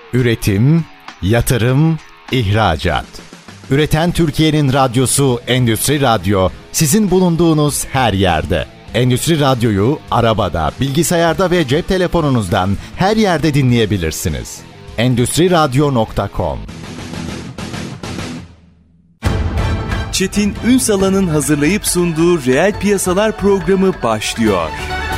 Üretim, yatırım, ihracat. Üreten Türkiye'nin radyosu Endüstri Radyo, sizin bulunduğunuz her yerde. Endüstri Radyo'yu arabada, bilgisayarda ve cep telefonunuzdan her yerde dinleyebilirsiniz. Endüstriradyo.com. Çetin Ünsal'ın hazırlayıp sunduğu Reel Piyasalar programı başlıyor.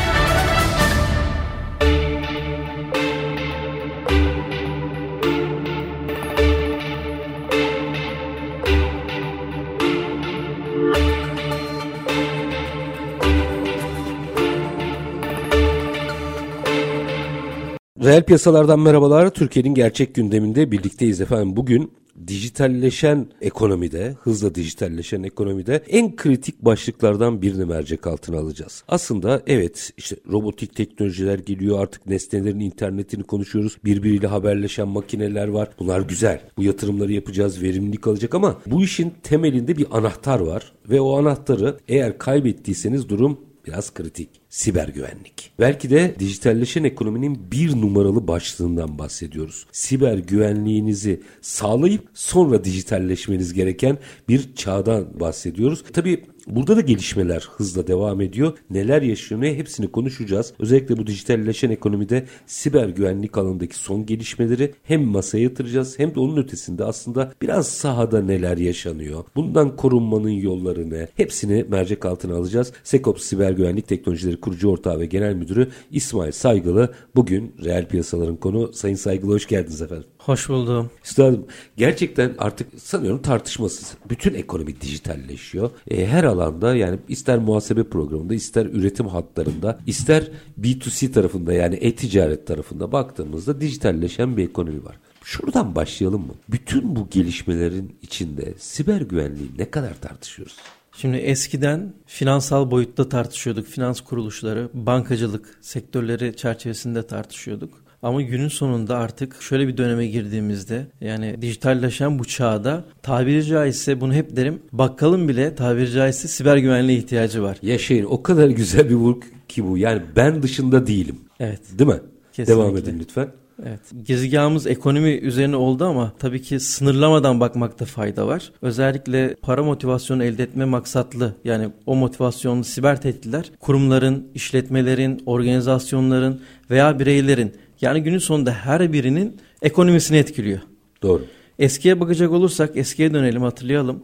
Reel piyasalardan merhabalar. Türkiye'nin gerçek gündeminde birlikteyiz efendim. Bugün dijitalleşen ekonomide, hızla dijitalleşen ekonomide en kritik başlıklardan birini mercek altına alacağız. Aslında evet, işte robotik teknolojiler geliyor, artık nesnelerin internetini konuşuyoruz. Birbiriyle haberleşen makineler var. Bunlar güzel. Bu yatırımları yapacağız, verimlilik alacak ama bu işin temelinde bir anahtar var ve o anahtarı eğer kaybettiyseniz durum biraz kritik. Siber güvenlik. Belki de dijitalleşen ekonominin bir numaralı başlığından bahsediyoruz. Siber güvenliğinizi sağlayıp sonra dijitalleşmeniz gereken bir çağdan bahsediyoruz. Tabii burada da gelişmeler hızla devam ediyor. Neler yaşanıyor hepsini konuşacağız. Özellikle bu dijitalleşen ekonomide siber güvenlik alanındaki son gelişmeleri hem masaya yatıracağız hem de onun ötesinde aslında biraz sahada neler yaşanıyor. Bundan korunmanın yolları ne? Hepsini mercek altına alacağız. Sekops Siber Güvenlik Teknolojileri Kurucu Ortağı ve Genel Müdürü İsmail Saygılı bugün reel piyasaların konu. Sayın Saygılı, hoş geldiniz efendim. Hoş buldum. Üstadım, gerçekten artık sanıyorum tartışmasız bütün ekonomi dijitalleşiyor. Her alanda, yani ister muhasebe programında, ister üretim hatlarında, ister B2C tarafında, yani e-ticaret tarafında baktığımızda dijitalleşen bir ekonomi var. Şuradan başlayalım mı? Bütün bu gelişmelerin içinde siber güvenliği ne kadar tartışıyoruz? Şimdi eskiden finansal boyutta tartışıyorduk. Finans kuruluşları, bankacılık sektörleri çerçevesinde tartışıyorduk. Ama günün sonunda artık şöyle bir döneme girdiğimizde, yani dijitalleşen bu çağda tabiri caizse, bunu hep derim, bakkalın bile tabiri caizse siber güvenliğe ihtiyacı var. Yaşayın, o kadar güzel bir vurgu ki bu. Yani ben dışında değilim. Evet. Değil mi? Kesinlikle. Devam edin lütfen. Evet. Gezegahımız ekonomi üzerine oldu ama tabii ki sınırlamadan bakmakta fayda var. Özellikle para motivasyonu elde etme maksatlı, yani o motivasyonlu siber tehditler kurumların, işletmelerin, organizasyonların veya bireylerin, yani günün sonunda her birinin ekonomisini etkiliyor. Doğru. Eskiye bakacak olursak, eskiye dönelim, hatırlayalım.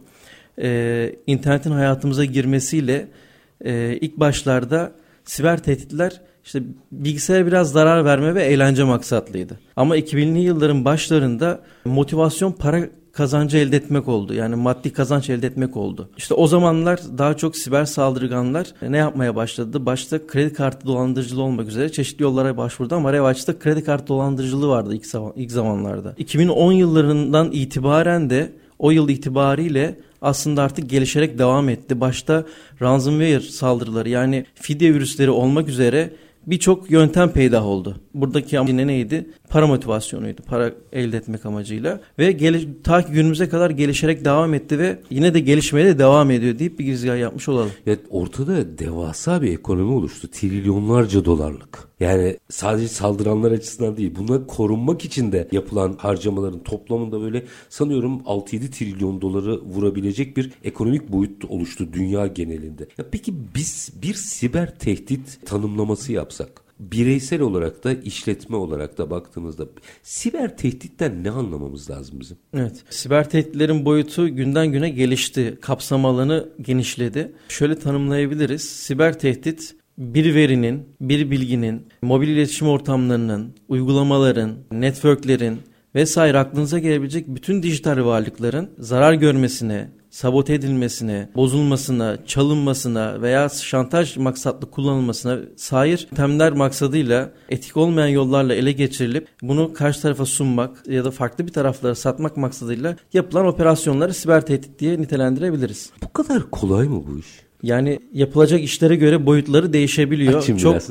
İnternetin hayatımıza girmesiyle ilk başlarda siber tehditler işte bilgisayara biraz zarar verme ve eğlence maksatlıydı. Ama 2000'li yılların başlarında motivasyon para kazancı elde etmek oldu. Yani maddi kazanç elde etmek oldu. İşte o zamanlar daha çok siber saldırganlar ne yapmaya başladı? Başta kredi kartı dolandırıcılığı olmak üzere çeşitli yollara başvurdu ama revaçta kredi kartı dolandırıcılığı vardı ilk zamanlarda. 2010 yıllarından itibaren de o yıl itibariyle aslında artık gelişerek devam etti. Başta ransomware saldırıları, yani fidye virüsleri olmak üzere birçok yöntem peydah oldu. Buradaki amacı neydi? Para motivasyonuydu. Para elde etmek amacıyla. Ve ta ki günümüze kadar gelişerek devam etti ve yine de gelişmeye de devam ediyor deyip bir girizgah yapmış olalım. Ya ortada devasa bir ekonomi oluştu. Trilyonlarca dolarlık. Yani sadece saldıranlar açısından değil, bunlar korunmak için de yapılan harcamaların toplamında böyle sanıyorum 6-7 trilyon doları vurabilecek bir ekonomik boyut oluştu dünya genelinde. Ya peki biz bir siber tehdit tanımlaması yapsak, bireysel olarak da işletme olarak da baktığımızda siber tehditten ne anlamamız lazım bizim? Evet, siber tehditlerin boyutu günden güne gelişti, kapsam alanı genişledi. Şöyle tanımlayabiliriz: siber tehdit, bir verinin, bir bilginin, mobil iletişim ortamlarının, uygulamaların, networklerin vesaire aklınıza gelebilecek bütün dijital varlıkların zarar görmesine, sabote edilmesine, bozulmasına, çalınmasına veya şantaj maksatlı kullanılmasına sair yöntemler maksadıyla etik olmayan yollarla ele geçirilip bunu karşı tarafa sunmak ya da farklı bir taraflara satmak maksadıyla yapılan operasyonları siber tehdit diye nitelendirebiliriz. Bu kadar kolay mı bu iş? Yani yapılacak işlere göre boyutları değişebiliyor.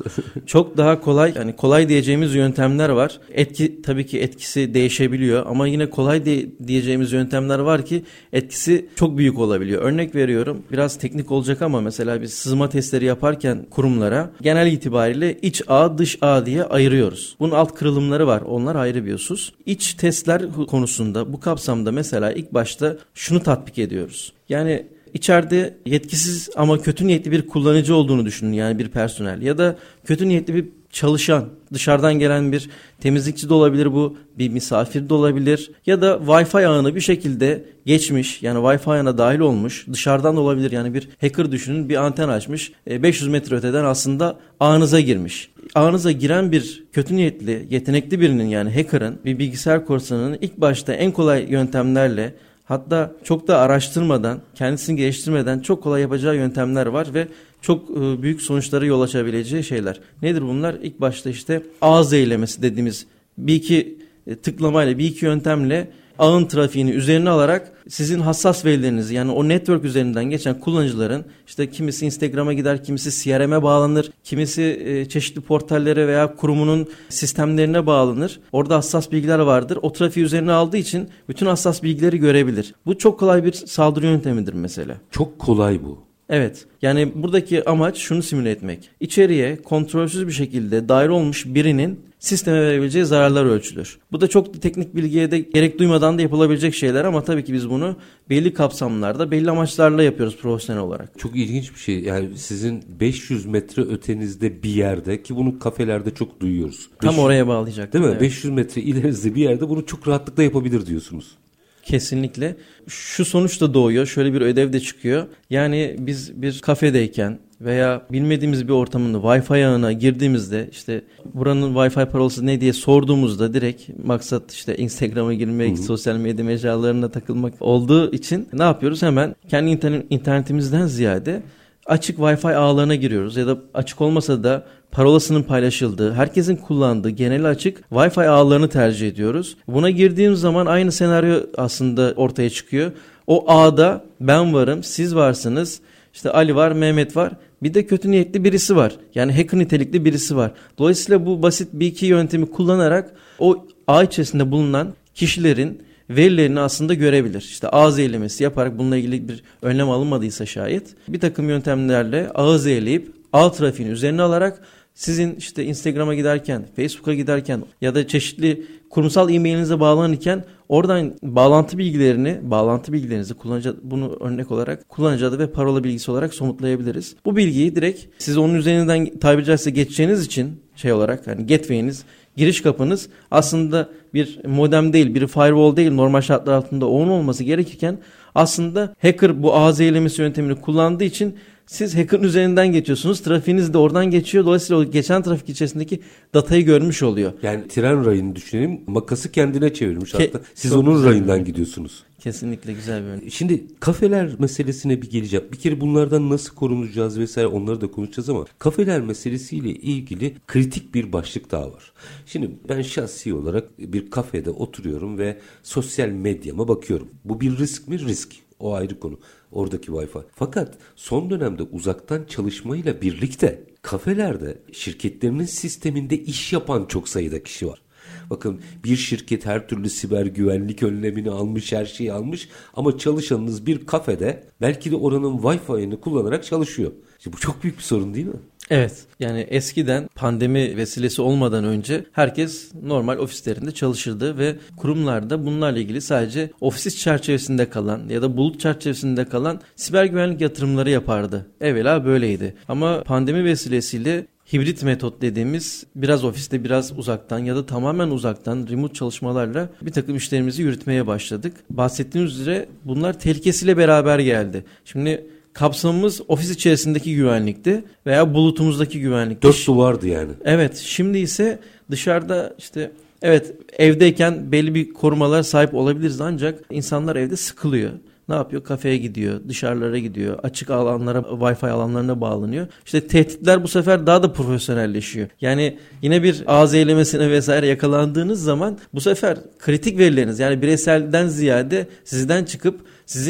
Çok daha kolay, yani kolay diyeceğimiz yöntemler var. Tabii ki etkisi değişebiliyor ama yine kolay diyeceğimiz yöntemler var ki etkisi çok büyük olabiliyor. Örnek veriyorum, biraz teknik olacak ama mesela biz sızma testleri yaparken kurumlara genel itibariyle iç ağ dış ağ diye ayırıyoruz. Bunun alt kırılımları var. Onlar ayrı bir husus. İç testler konusunda bu kapsamda mesela ilk başta şunu tatbik ediyoruz. Yani İçeride yetkisiz ama kötü niyetli bir kullanıcı olduğunu düşünün, yani bir personel ya da kötü niyetli bir çalışan, dışarıdan gelen bir temizlikçi de olabilir, bu bir misafir de olabilir ya da Wi-Fi ağını bir şekilde geçmiş, yani Wi-Fi ağına dahil olmuş, dışarıdan da olabilir, yani bir hacker düşünün, bir anten açmış, 500 metre öteden aslında ağınıza girmiş. Ağınıza giren bir kötü niyetli, yetenekli birinin, yani hacker'ın, bir bilgisayar korsanının ilk başta en kolay yöntemlerle, hatta çok da araştırmadan, kendisini geliştirmeden çok kolay yapacağı yöntemler var ve çok büyük sonuçlara yol açabileceği şeyler. Nedir bunlar? İlk başta işte ağ zehirlemesi dediğimiz bir iki tıklamayla, bir iki yöntemle ağın trafiğini üzerine alarak sizin hassas verilerinizi, yani o network üzerinden geçen kullanıcıların, işte kimisi Instagram'a gider, kimisi CRM'e bağlanır, kimisi çeşitli portallere veya kurumunun sistemlerine bağlanır. Orada hassas bilgiler vardır. O trafiği üzerine aldığı için bütün hassas bilgileri görebilir. Bu çok kolay bir saldırı yöntemidir mesela. Çok kolay bu. Evet, yani buradaki amaç şunu simüle etmek. İçeriye kontrolsüz bir şekilde dair olmuş birinin sisteme verebileceği zararlar ölçülür. Bu da çok teknik bilgiye de gerek duymadan da yapılabilecek şeyler ama tabii ki biz bunu belli kapsamlarda, belli amaçlarla yapıyoruz profesyonel olarak. Çok ilginç bir şey. Yani sizin 500 metre ötenizde bir yerde, ki bunu kafelerde çok duyuyoruz. Tam oraya bağlayacak. Değil mi? Evet. 500 metre ilerinizde bir yerde bunu çok rahatlıkla yapabilir diyorsunuz. Kesinlikle. Şu sonuç da doğuyor. Şöyle bir ödev de çıkıyor. Yani biz bir kafedeyken veya bilmediğimiz bir ortamın Wi-Fi ağına girdiğimizde, işte buranın Wi-Fi parolası ne diye sorduğumuzda direkt maksat işte Instagram'a girmek, sosyal medya mecralarına takılmak olduğu için ne yapıyoruz? Hemen kendi internetimizden ziyade açık Wi-Fi ağlarına giriyoruz ya da açık olmasa da parolasının paylaşıldığı, herkesin kullandığı genel açık Wi-Fi ağlarını tercih ediyoruz. Buna girdiğim zaman aynı senaryo aslında ortaya çıkıyor. O ağda ben varım, siz varsınız, işte Ali var, Mehmet var, bir de kötü niyetli birisi var. Yani hacker nitelikli birisi var. Dolayısıyla bu basit bir iki yöntemi kullanarak o ağ içerisinde bulunan kişilerin verilerini aslında görebilir. İşte ağ zehirlemesi yaparak, bununla ilgili bir önlem alınmadıysa şayet, bir takım yöntemlerle ağı zehirleyip ağ trafiğini üzerine alarak sizin işte Instagram'a giderken, Facebook'a giderken ya da çeşitli kurumsal e-mailinize bağlanırken oradan bağlantı bilgilerinizi kullanıcı, bunu örnek olarak kullanıcı adı ve parola bilgisi olarak somutlayabiliriz. Bu bilgiyi direkt siz onun üzerinden tabiri caizse geçeceğiniz için olarak, hani gateway'iniz, giriş kapınız aslında bir modem değil, bir firewall değil, normal şartlar altında onun olması gerekirken aslında hacker bu ağ zehirlemesi yöntemini kullandığı için siz hacker'ın üzerinden geçiyorsunuz. Trafiğiniz de oradan geçiyor. Dolayısıyla o geçen trafik içerisindeki datayı görmüş oluyor. Yani tren rayını düşünelim. Makası kendine çevirmiş hatta. Siz onun rayından gidiyorsunuz. Kesinlikle güzel bir örnek. Şimdi kafeler meselesine bir geleceğim. Bir kere bunlardan nasıl korunacağız vesaire, onları da konuşacağız ama kafeler meselesiyle ilgili kritik bir başlık daha var. Şimdi ben şahsi olarak bir kafede oturuyorum ve sosyal medyama bakıyorum. Bu bir risk mi? Risk. O ayrı konu. Oradaki Wi-Fi. Fakat son dönemde uzaktan çalışmayla birlikte kafelerde şirketlerinin sisteminde iş yapan çok sayıda kişi var. Bakın, bir şirket her türlü siber güvenlik önlemini almış, her şeyi almış ama çalışanınız bir kafede belki de oranın Wi-Fi'ini kullanarak çalışıyor. İşte bu çok büyük bir sorun değil mi? Evet, yani eskiden pandemi vesilesi olmadan önce herkes normal ofislerinde çalışırdı ve kurumlarda bunlarla ilgili sadece ofis çerçevesinde kalan ya da bulut çerçevesinde kalan siber güvenlik yatırımları yapardı. Evvela böyleydi ama pandemi vesilesiyle hibrit metot dediğimiz biraz ofiste biraz uzaktan ya da tamamen uzaktan remote çalışmalarla bir takım işlerimizi yürütmeye başladık. Bahsettiğimiz üzere bunlar tehlikesiyle beraber geldi. Şimdi kapsamımız ofis içerisindeki güvenlikti veya bulutumuzdaki güvenlikti. 4 duvardı yani. Evet, şimdi ise dışarıda işte evet evdeyken belli bir korumalar sahip olabiliriz ancak insanlar evde sıkılıyor. Ne yapıyor? Kafeye gidiyor, dışarılara gidiyor, açık alanlara, Wi-Fi alanlarına bağlanıyor. İşte tehditler bu sefer daha da profesyonelleşiyor. Yani yine bir ağ zehirlemesine vesaire yakalandığınız zaman bu sefer kritik verileriniz, yani bireyselden ziyade sizden çıkıp sizin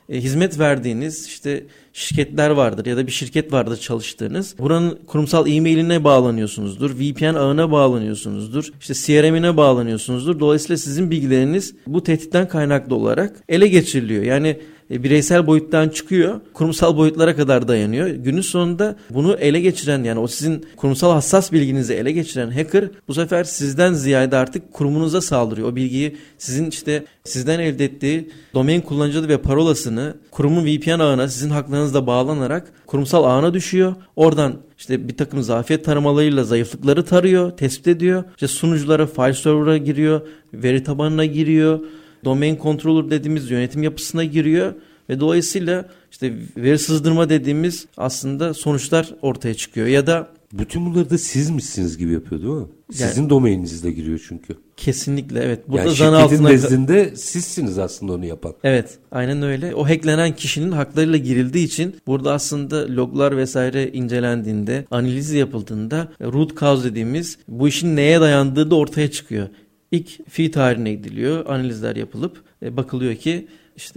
hizmet verdiğiniz işte şirketler vardır ya da bir şirket vardır çalıştığınız. Buranın kurumsal e-mailine bağlanıyorsunuzdur. VPN ağına bağlanıyorsunuzdur. İşte CRM'ine bağlanıyorsunuzdur. Dolayısıyla sizin bilgileriniz bu tehditten kaynaklı olarak ele geçiriliyor. Yani bireysel boyuttan çıkıyor, kurumsal boyutlara kadar dayanıyor. Günün sonunda bunu ele geçiren, yani o sizin kurumsal hassas bilginizi ele geçiren hacker bu sefer sizden ziyade artık kurumunuza saldırıyor. O bilgiyi sizden elde ettiği domain kullanıcı adı ve parolasını kurumun VPN ağına sizin haklarınızla bağlanarak kurumsal ağına düşüyor. Oradan bir takım zafiyet taramalarıyla zayıflıkları tarıyor, tespit ediyor. Sunuculara, file server'a giriyor, veri tabanına giriyor. Domain controller dediğimiz yönetim yapısına giriyor ve dolayısıyla veri sızdırma dediğimiz aslında sonuçlar ortaya çıkıyor. Ya da bütün bunları da siz misiniz gibi yapıyor değil mi? Sizin domaininizle giriyor çünkü. Kesinlikle evet. Burada yani şirketin nezdinde sizsiniz aslında onu yapan. Evet, aynen öyle. O hacklenen kişinin haklarıyla girildiği için burada aslında loglar vesaire incelendiğinde, analiz yapıldığında root cause dediğimiz bu işin neye dayandığı da ortaya çıkıyor. İlk fi tarihine gidiliyor, analizler yapılıp bakılıyor ki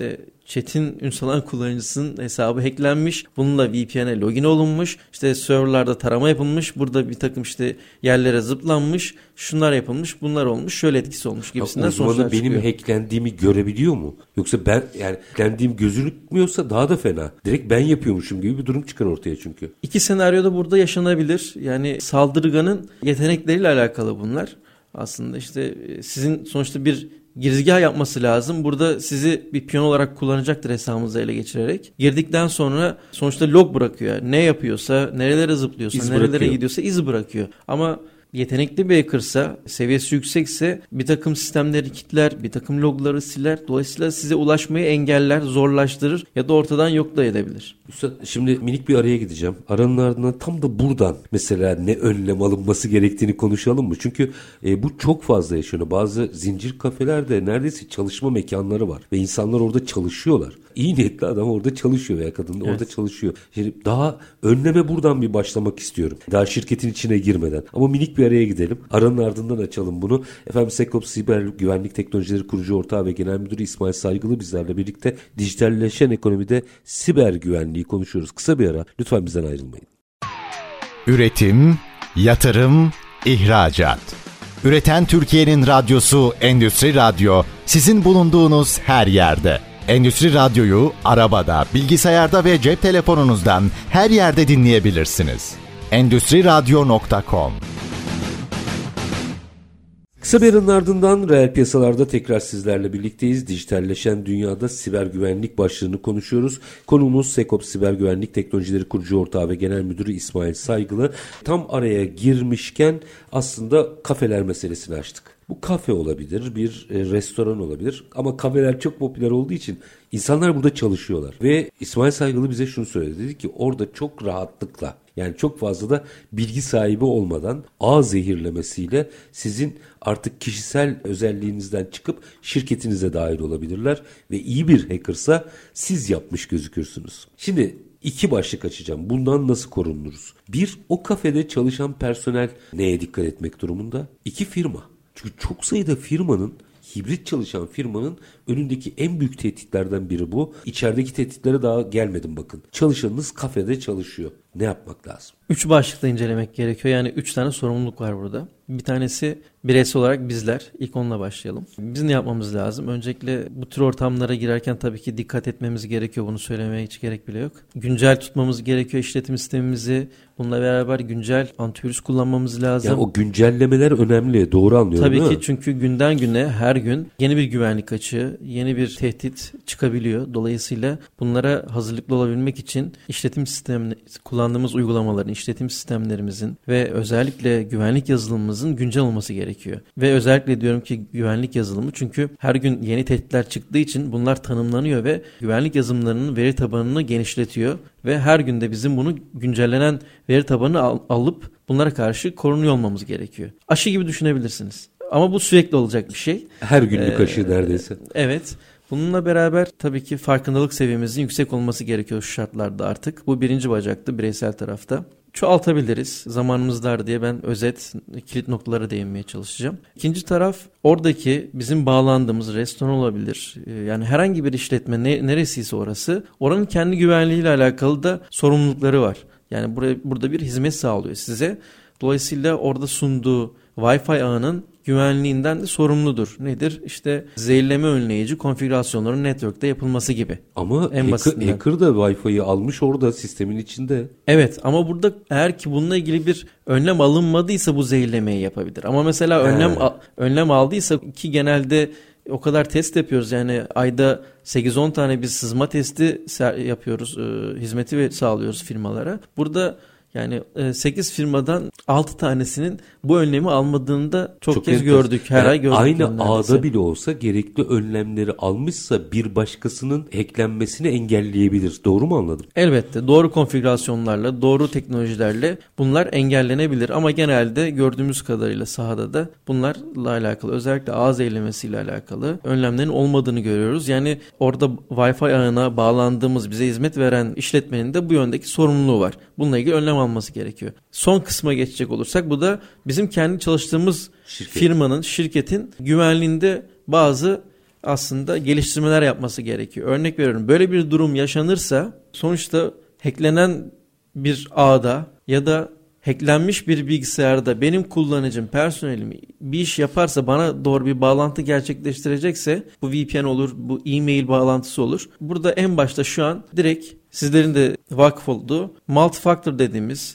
Çetin Ünsalan kullanıcısının hesabı hacklenmiş. Bununla VPN'e login olunmuş. Serverlarda tarama yapılmış. Burada bir takım yerlere zıplanmış. Şunlar yapılmış, bunlar olmuş. Şöyle etkisi olmuş gibisinden sonuçlar çıkıyor. Benim hacklendiğimi görebiliyor mu? Yoksa ben hacklendiğim gözükmüyorsa daha da fena. Direkt ben yapıyormuşum gibi bir durum çıkar ortaya çünkü. İki senaryoda burada yaşanabilir. Yani saldırganın yetenekleriyle alakalı bunlar. Aslında sizin sonuçta bir girizgah yapması lazım. Burada sizi bir piyon olarak kullanacaktır hesabınızı ele geçirerek. Girdikten sonra sonuçta log bırakıyor. Ne yapıyorsa, nerelere zıplıyorsa, nerelere gidiyorsa iz bırakıyor. Ama yetenekli bir hackersa, seviyesi yüksekse bir takım sistemleri kilitler, bir takım logları siler. Dolayısıyla size ulaşmayı engeller, zorlaştırır ya da ortadan yok da edebilir. Üstad, şimdi minik bir araya gideceğim. Aranın ardından tam da buradan mesela ne önlem alınması gerektiğini konuşalım mı? Çünkü bu çok fazla yaşanıyor. Bazı zincir kafelerde neredeyse çalışma mekanları var ve insanlar orada çalışıyorlar. İyi niyetli adam orada çalışıyor veya kadın orada çalışıyor. Şimdi daha önleme buradan bir başlamak istiyorum. Daha şirketin içine girmeden. Ama minik bir araya gidelim. Aranın ardından açalım bunu. Efendim Sekop Siber Güvenlik Teknolojileri kurucu ortağı ve genel müdürü İsmail Saygılı bizlerle birlikte dijitalleşen ekonomide siber güvenliği konuşuyoruz. Kısa bir ara. Lütfen bizden ayrılmayın. Üretim, yatırım, ihracat. Üreten Türkiye'nin radyosu Endüstri Radyo sizin bulunduğunuz her yerde. Endüstri Radyo'yu arabada, bilgisayarda ve cep telefonunuzdan her yerde dinleyebilirsiniz. Endüstriradyo.com. Kısa bir aranın ardından reel piyasalarda tekrar sizlerle birlikteyiz. Dijitalleşen dünyada siber güvenlik başlığını konuşuyoruz. Konuğumuz Sekop Siber Güvenlik Teknolojileri kurucu ortağı ve genel müdürü İsmail Saygılı. Tam araya girmişken aslında kafeler meselesini açtık. Bu kafe olabilir, bir restoran olabilir ama kafeler çok popüler olduğu için insanlar burada çalışıyorlar. Ve İsmail Saygılı bize şunu söyledi. Dedi ki orada çok rahatlıkla, yani çok fazla da bilgi sahibi olmadan ağ zehirlemesiyle sizin artık kişisel özelliğinizden çıkıp şirketinize dahil olabilirler. Ve iyi bir hackersa siz yapmış gözükürsünüz. Şimdi İki başlık açacağım. Bundan nasıl korunuruz? Bir, o kafede çalışan personel neye dikkat etmek durumunda? İki, firma. Çünkü çok sayıda firmanın, hibrit çalışan firmanın önündeki en büyük tehditlerden biri bu. İçerideki tehditlere daha gelmedim bakın. Çalışanınız kafede çalışıyor. Ne yapmak lazım? 3 başlıkta incelemek gerekiyor. Yani 3 tane sorumluluk var burada. Bir tanesi bireysel olarak bizler. İlk onunla başlayalım. Biz ne yapmamız lazım? Öncelikle bu tür ortamlara girerken tabii ki dikkat etmemiz gerekiyor. Bunu söylemeye hiç gerek bile yok. Güncel tutmamız gerekiyor işletim sistemimizi. Bununla beraber güncel antivirüs kullanmamız lazım. Yani o güncellemeler önemli. Doğru anlıyorum değil mi? Tabii ki, çünkü günden güne her gün yeni bir güvenlik açığı, yeni bir tehdit çıkabiliyor. Dolayısıyla bunlara hazırlıklı olabilmek için işletim sistemini, kullandığımız uygulamaların, işletim sistemlerimizin ve özellikle güvenlik yazılımımızın güncel olması gerekiyor. Ve özellikle diyorum ki güvenlik yazılımı, çünkü her gün yeni tehditler çıktığı için bunlar tanımlanıyor ve güvenlik yazılımlarının veri tabanını genişletiyor ve her günde bizim bunu güncellenen veri tabanını alıp bunlara karşı korunuyor olmamız gerekiyor. Aşı gibi düşünebilirsiniz. Ama bu sürekli olacak bir şey. Her günlük aşı neredeyse. Evet. Bununla beraber tabii ki farkındalık seviyemizin yüksek olması gerekiyor şu şartlarda artık. Bu birinci bacaktı bireysel tarafta. çoğaltabiliriz. Zamanımız dar diye ben özet kilit noktalara değinmeye çalışacağım. İkinci taraf oradaki bizim bağlandığımız restoran olabilir. Yani herhangi bir işletme neresiyse orası, oranın kendi güvenliğiyle alakalı da sorumlulukları var. Yani burada bir hizmet sağlıyor size. Dolayısıyla orada sunduğu Wi-Fi ağının güvenliğinden de sorumludur. Nedir? İşte zehirleme önleyici konfigürasyonların network'te yapılması gibi. Ama hacker da Wi-Fi'yi almış orada sistemin içinde. Evet, ama burada eğer ki bununla ilgili bir önlem alınmadıysa bu zehirlemeyi yapabilir. Ama mesela önlem aldıysa, ki genelde o kadar test yapıyoruz, yani ayda 8-10 tane biz sızma testi yapıyoruz, hizmeti sağlıyoruz firmalara. Burada yani 8 firmadan 6 tanesinin bu önlemi almadığını da çok kez gördük. Her ay gördük. Aynı ağda bile olsa gerekli önlemleri almışsa bir başkasının hacklenmesini engelleyebilir. Doğru mu anladım? Elbette. Doğru konfigürasyonlarla, doğru teknolojilerle bunlar engellenebilir. Ama genelde gördüğümüz kadarıyla sahada da bunlarla alakalı, özellikle ağ zehirlemesiyle alakalı önlemlerin olmadığını görüyoruz. Yani orada Wi-Fi ağına bağlandığımız, bize hizmet veren işletmenin de bu yöndeki sorumluluğu var. Bununla ilgili önlem alması gerekiyor. Son kısma geçecek olursak, bu da bizim kendi çalıştığımız şirketin güvenliğinde bazı aslında geliştirmeler yapması gerekiyor. Örnek veriyorum, böyle bir durum yaşanırsa sonuçta hacklenen bir ağda ya da hacklenmiş bir bilgisayarda benim kullanıcım, personelim bir iş yaparsa, bana doğru bir bağlantı gerçekleştirecekse, bu VPN olur, bu e-mail bağlantısı olur. Burada en başta şu an direkt sizlerin de vakıf olduğu multi-factor dediğimiz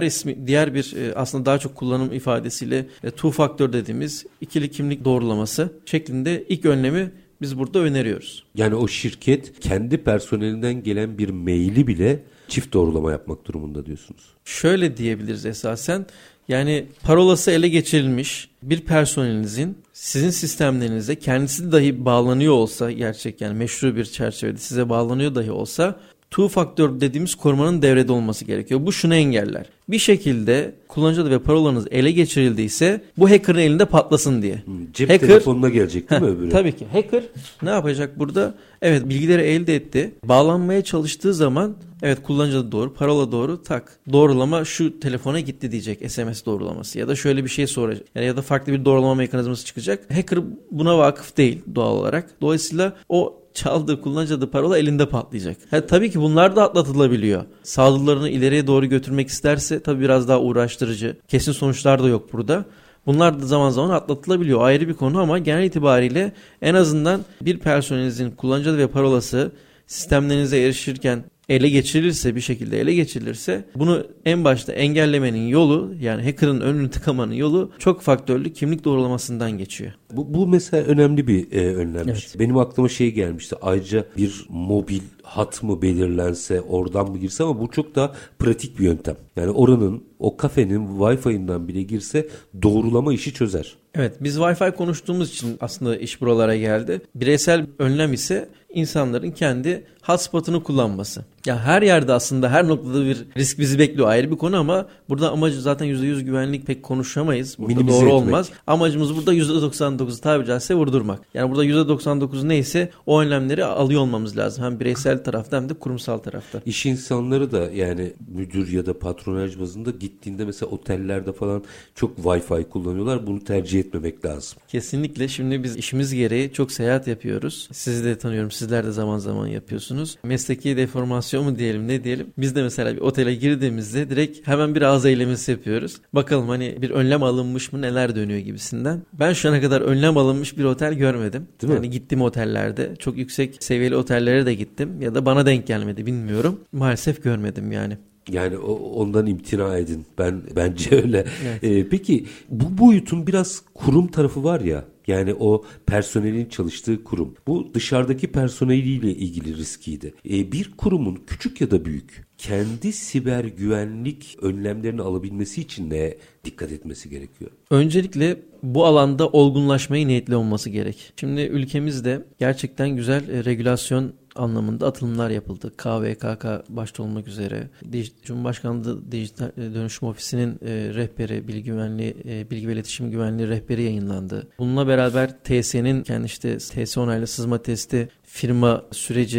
diğer bir aslında daha çok kullanım ifadesiyle two-factor dediğimiz ikili kimlik doğrulaması şeklinde ilk önlemi biz burada öneriyoruz. Yani o şirket kendi personelinden gelen bir maili bile çift doğrulama yapmak durumunda diyorsunuz. Şöyle diyebiliriz esasen. Yani parolası ele geçirilmiş bir personelinizin sizin sistemlerinize kendisi dahi bağlanıyor olsa, gerçek yani meşru bir çerçevede size bağlanıyor dahi olsa, two factor dediğimiz korumanın devrede olması gerekiyor. Bu şunu engeller: bir şekilde kullanıcı adı ve parolanız ele geçirildiyse bu hacker'ın elinde patlasın diye. Cep telefonuna gelecek değil mi öbürü? Tabii ki. Hacker ne yapacak burada? Evet, bilgileri elde etti. Bağlanmaya çalıştığı zaman evet, kullanıcı adı doğru, parola doğru, tak. Doğrulama şu telefona gitti diyecek, SMS doğrulaması ya da şöyle bir şey soracak. Yani ya da farklı bir doğrulama mekanizması çıkacak. Hacker buna vakıf değil doğal olarak. Dolayısıyla o çaldığı kullanıcı adı, parola elinde patlayacak. Tabii ki bunlar da atlatılabiliyor. Saldırılarını ileriye doğru götürmek isterse tabii biraz daha uğraştırıcı. Kesin sonuçlar da yok burada. Bunlar da zaman zaman atlatılabiliyor. Ayrı bir konu ama genel itibariyle en azından bir personelinizin kullanıcı adı ve parolası sistemlerinize erişirken ele geçirilirse, bir şekilde ele geçirilirse, bunu en başta engellemenin yolu, yani hacker'ın önünü tıkamanın yolu çok faktörlü kimlik doğrulamasından geçiyor. Bu mesela önemli bir önlemmiş. Evet. Benim aklıma şey gelmişti. Ayrıca bir mobil hat mı belirlense, oradan mı girse, ama bu çok daha pratik bir yöntem. Yani oranın, o kafenin Wi-Fi'inden bile girse doğrulama işi çözer. Evet, biz Wi-Fi konuştuğumuz için aslında iş buralara geldi. Bireysel önlem ise insanların kendi hotspot'unu kullanması. Ya her yerde aslında, her noktada bir risk bizi bekliyor, ayrı bir konu, ama burada amacı zaten %100 güvenlik pek konuşamayız. Burada minimize doğru etmek. Olmaz. Amacımız burada %99'u tabiri caizse vurdurmak. Yani burada %99 neyse o önlemleri alıyor olmamız lazım. Hem bireysel tarafta hem de kurumsal tarafta. İş insanları da, yani müdür ya da patronaj bazında gittiğinde mesela otellerde falan çok Wi-Fi kullanıyorlar. Bunu tercih etmemek lazım. Kesinlikle. Şimdi biz işimiz gereği çok seyahat yapıyoruz. Sizi de tanıyorum. Sizler de zaman zaman yapıyorsunuz. Mesleki deformasyon mu diyelim, ne diyelim. Biz de mesela bir otele girdiğimizde direkt hemen bir ağız eylemesi yapıyoruz. Bakalım hani bir önlem alınmış mı, neler dönüyor gibisinden. Ben şu ana kadar önlem alınmış bir otel görmedim. Değil mi? Yani gittim otellerde. Çok yüksek seviyeli otellere de gittim. Ya da bana denk gelmedi, bilmiyorum. Maalesef görmedim yani. Yani ondan imtina edin. Bence öyle. Evet. Peki bu boyutun biraz kurum tarafı var ya. Yani o personelin çalıştığı kurum. Bu dışarıdaki personeliyle ilgili riskiydi. Bir kurumun küçük ya da büyük kendi siber güvenlik önlemlerini alabilmesi için neye dikkat etmesi gerekiyor? Öncelikle bu alanda olgunlaşmayı niyetli olması gerek. Şimdi ülkemizde gerçekten güzel regülasyon anlamında atılımlar yapıldı. KVKK başta olmak üzere Cumhurbaşkanlığı Dijital Dönüşüm Ofisi'nin rehberi, bilgi ve iletişim güvenliği rehberi yayınlandı. Bununla beraber TSE'nin kendi işte TSE onaylı sızma testi firma süreci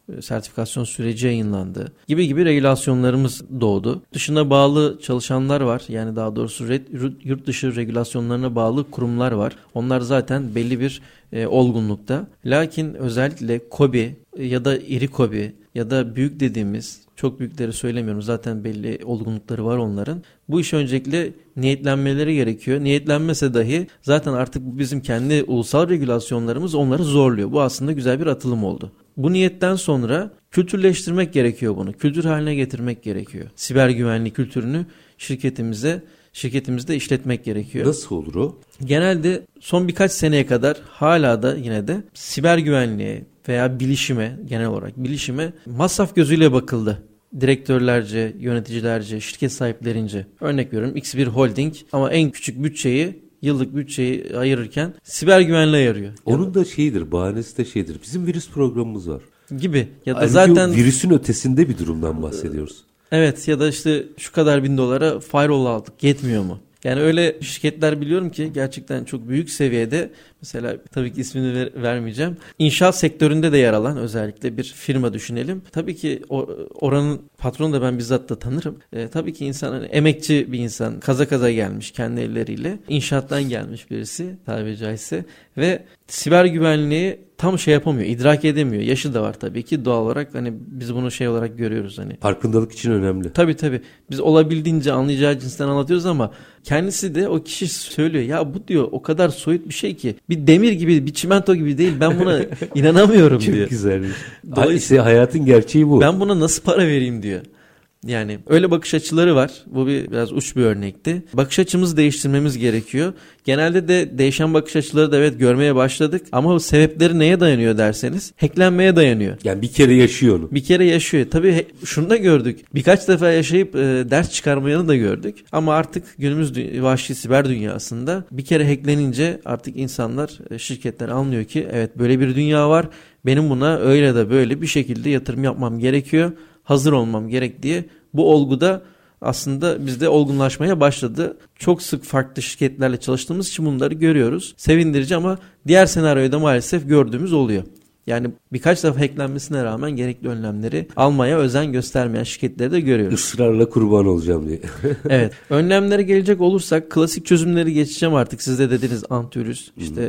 sertifikasyon süreci yayınlandı. Gibi regülasyonlarımız doğdu. Dışına bağlı çalışanlar var. Yani daha doğrusu yurt dışı regülasyonlarına bağlı kurumlar var. Onlar zaten belli bir olgunlukta. Lakin özellikle KOBİ ya da iri KOBİ ya da büyük dediğimiz, çok büyükleri söylemiyorum, zaten belli olgunlukları var onların. Bu iş öncelikle niyetlenmeleri gerekiyor. Niyetlenmese dahi zaten artık bizim kendi ulusal regülasyonlarımız onları zorluyor. Bu aslında güzel bir atılım oldu. Bu niyetten sonra kültürleştirmek gerekiyor bunu. Kültür haline getirmek gerekiyor. Siber güvenlik kültürünü şirketimizde işletmek gerekiyor. Nasıl olur o? Genelde son birkaç seneye kadar hala da yine de siber güvenliğe veya bilişime, genel olarak bilişime masraf gözüyle bakıldı. Direktörlerce, yöneticilerce, şirket sahiplerince. Örnek veriyorum, X1 Holding ama en küçük yıllık bütçeyi ayırırken siber güvenliğe ayırıyor. Onun da bahanesi de şeydir. Bizim virüs programımız var. Gibi. Ya da halbuki zaten virüsün ötesinde bir durumdan bahsediyoruz. Evet, ya da işte şu kadar $1000 firewall aldık, yetmiyor mu? Yani öyle şirketler biliyorum ki gerçekten çok büyük seviyede, mesela tabii ki ismini vermeyeceğim. İnşaat sektöründe de yer alan özellikle bir firma düşünelim. Tabii ki oranın patronu da ben bizzat da tanırım. Tabii ki insan emekçi bir insan, kaza gelmiş kendi elleriyle. İnşaattan gelmiş birisi tabiri caizse ve siber güvenliği tam yapamıyor, idrak edemiyor. Yaşı da var tabii ki, doğal olarak biz bunu olarak görüyoruz . Farkındalık için önemli. Tabii. Biz olabildiğince anlayacağı cinsten anlatıyoruz ama kendisi de, o kişi söylüyor. Ya bu diyor o kadar soyut bir şey ki, bir demir gibi, bir çimento gibi değil. Ben buna inanamıyorum diyor. Çok güzelmiş. Dolayısıyla hayatın gerçeği bu. Ben buna nasıl para vereyim diyor. Yani öyle bakış açıları var. Bu biraz uç bir örnekti. Bakış açımızı değiştirmemiz gerekiyor. Genelde de değişen bakış açıları da görmeye başladık. Ama bu sebepleri neye dayanıyor derseniz, hacklenmeye dayanıyor. Yani bir kere yaşıyor onu. Bir kere yaşıyor. Tabii şunu da gördük. Birkaç defa yaşayıp ders çıkarmayanı da gördük. Ama artık günümüz vahşi siber dünyasında bir kere hacklenince artık insanlar, şirketler anlıyor ki evet, böyle bir dünya var. Benim buna öyle de böyle bir şekilde yatırım yapmam gerekiyor. Hazır olmam gerek diye bu olguda aslında bizde olgunlaşmaya başladı. Çok sık farklı şirketlerle çalıştığımız için bunları görüyoruz. Sevindirici ama diğer senaryoyu da maalesef gördüğümüz oluyor. Yani birkaç defa hacklenmesine rağmen gerekli önlemleri almaya özen göstermeyen şirketleri de görüyoruz. Israrla kurban olacağım diye. Evet. Önlemlere gelecek olursak klasik çözümleri geçeceğim artık. Siz de dediniz antivirüs,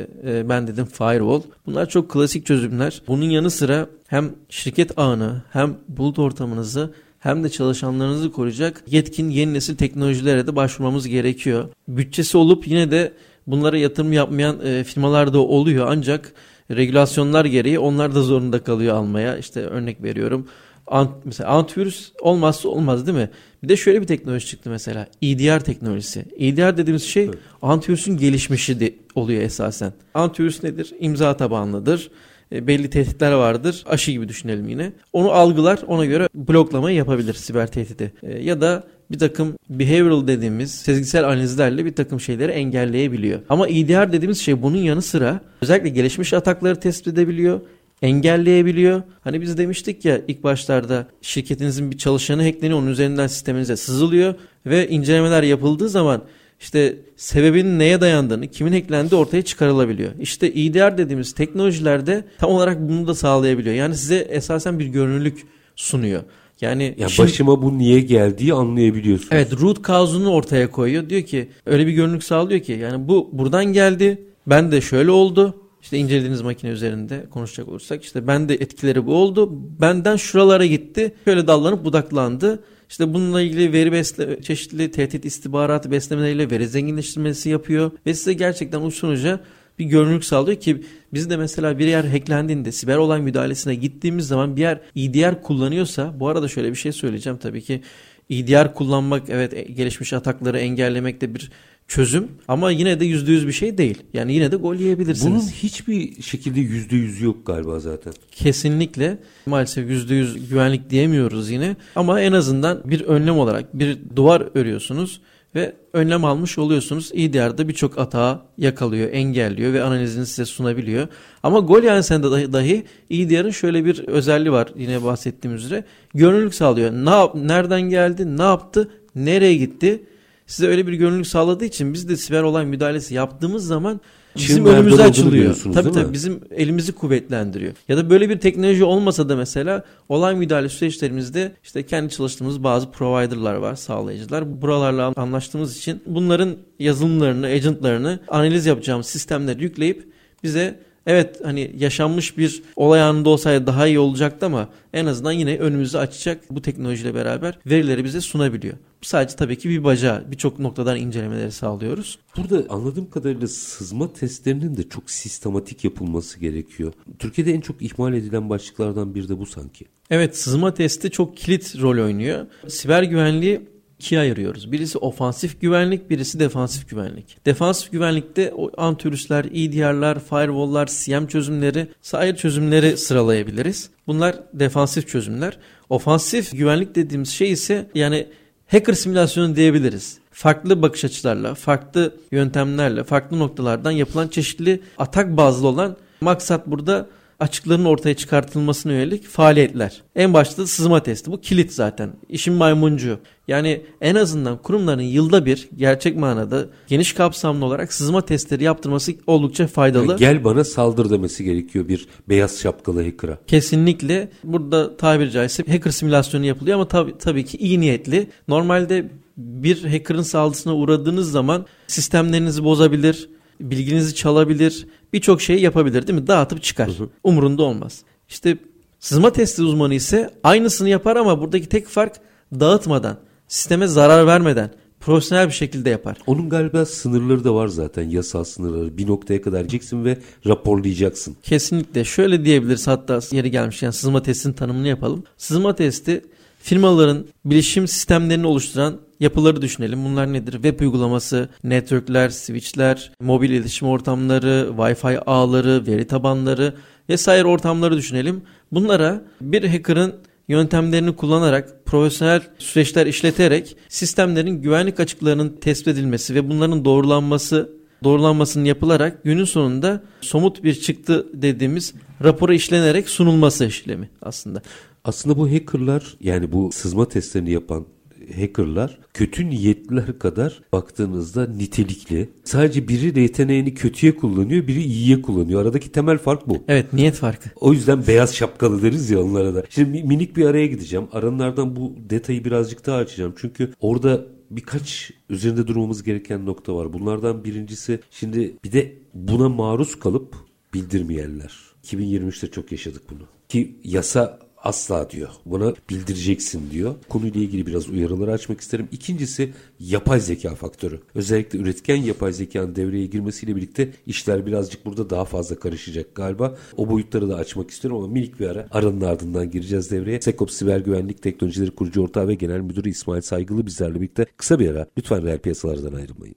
ben dedim firewall. Bunlar çok klasik çözümler. Bunun yanı sıra hem şirket ağını hem bulut ortamınızı hem de çalışanlarınızı koruyacak yetkin yeni nesil teknolojilere de başvurmamız gerekiyor. Bütçesi olup yine de bunlara yatırım yapmayan firmalar da oluyor, ancak regülasyonlar gereği onlar da zorunda kalıyor almaya. İşte örnek veriyorum. Mesela antivirüs olmazsa olmaz değil mi? Bir de şöyle bir teknoloji çıktı mesela. EDR teknolojisi. EDR dediğimiz şey antivirüsün gelişmişi oluyor esasen. Antivirüs nedir? İmza tabanlıdır. Belli tehditler vardır. Aşı gibi düşünelim yine. Onu algılar, ona göre bloklamayı yapabilir siber tehdidi. Ya da bir takım behavioral dediğimiz sezgisel analizlerle bir takım şeyleri engelleyebiliyor. Ama EDR dediğimiz şey bunun yanı sıra özellikle gelişmiş atakları tespit edebiliyor, engelleyebiliyor. Hani biz demiştik ya ilk başlarda, şirketinizin bir çalışanı hackleniyor, onun üzerinden sisteminize sızılıyor ve incelemeler yapıldığı zaman işte sebebinin neye dayandığını, kimin hacklendiği ortaya çıkarılabiliyor. İşte EDR dediğimiz teknolojilerde tam olarak bunu da sağlayabiliyor. Yani size esasen bir görünürlük sunuyor. Yani başıma bu niye geldiği anlayabiliyorsunuz. Evet, root cause'unu ortaya koyuyor. Diyor ki, öyle bir görünürlük sağlıyor ki yani bu buradan geldi. Ben de şöyle oldu. İşte incelediğiniz makine üzerinde konuşacak olursak, işte ben de etkileri bu oldu. Benden şuralara gitti. Şöyle dallanıp budaklandı. İşte bununla ilgili çeşitli tehdit istihbaratı beslemeleriyle veri zenginleştirmesi yapıyor. Ve size gerçekten uçtan uca bir görünürlük sağlıyor ki biz de mesela bir yer hacklendiğinde, siber olay müdahalesine gittiğimiz zaman bir yer EDR kullanıyorsa, bu arada şöyle bir şey söyleyeceğim tabii ki, EDR kullanmak evet gelişmiş atakları engellemek de bir çözüm ama yine de %100 bir şey değil. Yani yine de gol yiyebilirsiniz. Bunun hiçbir şekilde %100 yok galiba zaten. Kesinlikle. Maalesef %100 güvenlik diyemiyoruz yine ama en azından bir önlem olarak bir duvar örüyorsunuz ve önlem almış oluyorsunuz. EDR'da birçok atağı yakalıyor, engelliyor ve analizini size sunabiliyor. Ama gol yensende dahi EDR'ın şöyle bir özelliği var, yine bahsettiğim üzere. Görünürlük sağlıyor. Nereden geldi, ne yaptı, nereye gitti? Size öyle bir görünürlük sağladığı için biz de siber olay müdahalesi yaptığımız zaman bizim önümüzü açılıyor. Tabii bizim elimizi kuvvetlendiriyor. Ya da böyle bir teknoloji olmasa da mesela olay müdahale süreçlerimizde işte kendi çalıştığımız bazı providerlar var, sağlayıcılar. Buralarla anlaştığımız için bunların yazılımlarını, agentlarını analiz yapacağımız sistemleri yükleyip bize evet hani yaşanmış bir olay anında olsaydı daha iyi olacaktı ama en azından yine önümüzü açacak bu teknolojiyle beraber verileri bize sunabiliyor. Bu sadece tabii ki bir bacağı. Birçok noktadan incelemeleri sağlıyoruz. Burada anladığım kadarıyla sızma testlerinin de çok sistematik yapılması gerekiyor. Türkiye'de en çok ihmal edilen başlıklardan biri de bu sanki. Evet, sızma testi çok kilit rol oynuyor. Siber güvenliği ikiye ayırıyoruz. Birisi ofansif güvenlik, birisi defansif güvenlik. Defansif güvenlikte o antivirüsler, EDR'lar, firewall'lar, CM çözümleri, sair çözümleri sıralayabiliriz. Bunlar defansif çözümler. Ofansif güvenlik dediğimiz şey ise yani hacker simülasyonu diyebiliriz. Farklı bakış açılarla, farklı yöntemlerle, farklı noktalardan yapılan çeşitli atak bazlı olan maksat burada açıkların ortaya çıkartılmasına yönelik faaliyetler. En başta da sızma testi. Bu kilit zaten. İşin maymuncuğu. Yani en azından kurumların yılda bir gerçek manada geniş kapsamlı olarak sızma testleri yaptırması oldukça faydalı. Yani gel bana saldır demesi gerekiyor bir beyaz şapkalı hacker'a. Kesinlikle. Burada tabiri caizse hacker simülasyonu yapılıyor ama tabii ki iyi niyetli. Normalde bir hacker'ın saldırısına uğradığınız zaman sistemlerinizi bozabilir, bilginizi çalabilir, birçok şey yapabilir değil mi? Dağıtıp çıkar. Umurunda olmaz. İşte sızma testi uzmanı ise aynısını yapar ama buradaki tek fark dağıtmadan, sisteme zarar vermeden, profesyonel bir şekilde yapar. Onun galiba sınırları da var zaten, yasal sınırları. Bir noktaya kadar gideceksin ve raporlayacaksın. Kesinlikle. Şöyle diyebiliriz, hatta yeri gelmişken sızma testinin tanımını yapalım. Sızma testi firmaların bilişim sistemlerini oluşturan yapıları düşünelim. Bunlar nedir? Web uygulaması, networkler, switchler, mobil iletişim ortamları, Wi-Fi ağları, veri tabanları vesaire ortamları düşünelim. Bunlara bir hacker'ın yöntemlerini kullanarak, profesyonel süreçler işleterek sistemlerin güvenlik açıklarının tespit edilmesi ve bunların doğrulanmasının yapılarak günün sonunda somut bir çıktı dediğimiz rapora işlenerek sunulması işlemi aslında. Aslında bu hackerlar, yani bu sızma testlerini yapan hackerlar kötü niyetliler kadar baktığınızda nitelikli. Sadece biri yeteneğini kötüye kullanıyor, biri iyiye kullanıyor. Aradaki temel fark bu. Evet, niyet farkı. O yüzden beyaz şapkalı deriz ya onlara da. Şimdi minik bir araya gideceğim. Aranlardan bu detayı birazcık daha açacağım. Çünkü orada birkaç üzerinde durmamız gereken nokta var. Bunlardan birincisi, şimdi bir de buna maruz kalıp bildirmeyenler. 2023'te çok yaşadık bunu. Ki yasa asla diyor. Buna bildireceksin diyor. Konuyla ilgili biraz uyarıları açmak isterim. İkincisi yapay zeka faktörü. Özellikle üretken yapay zekanın devreye girmesiyle birlikte işler birazcık burada daha fazla karışacak galiba. O boyutları da açmak istiyorum ama minik bir ara. Aranın ardından gireceğiz devreye. Sekops Siber Güvenlik Teknolojileri Kurucu Ortağı ve Genel Müdürü İsmail Saygılı bizlerle birlikte. Kısa bir ara. Lütfen reel piyasalardan ayrılmayın.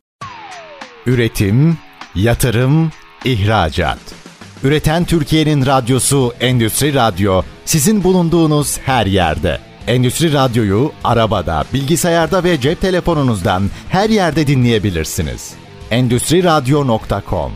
Üretim, yatırım, ihracat. Üreten Türkiye'nin radyosu Endüstri Radyo, sizin bulunduğunuz her yerde. Endüstri Radyo'yu arabada, bilgisayarda ve cep telefonunuzdan her yerde dinleyebilirsiniz. Endüstriradyo.com.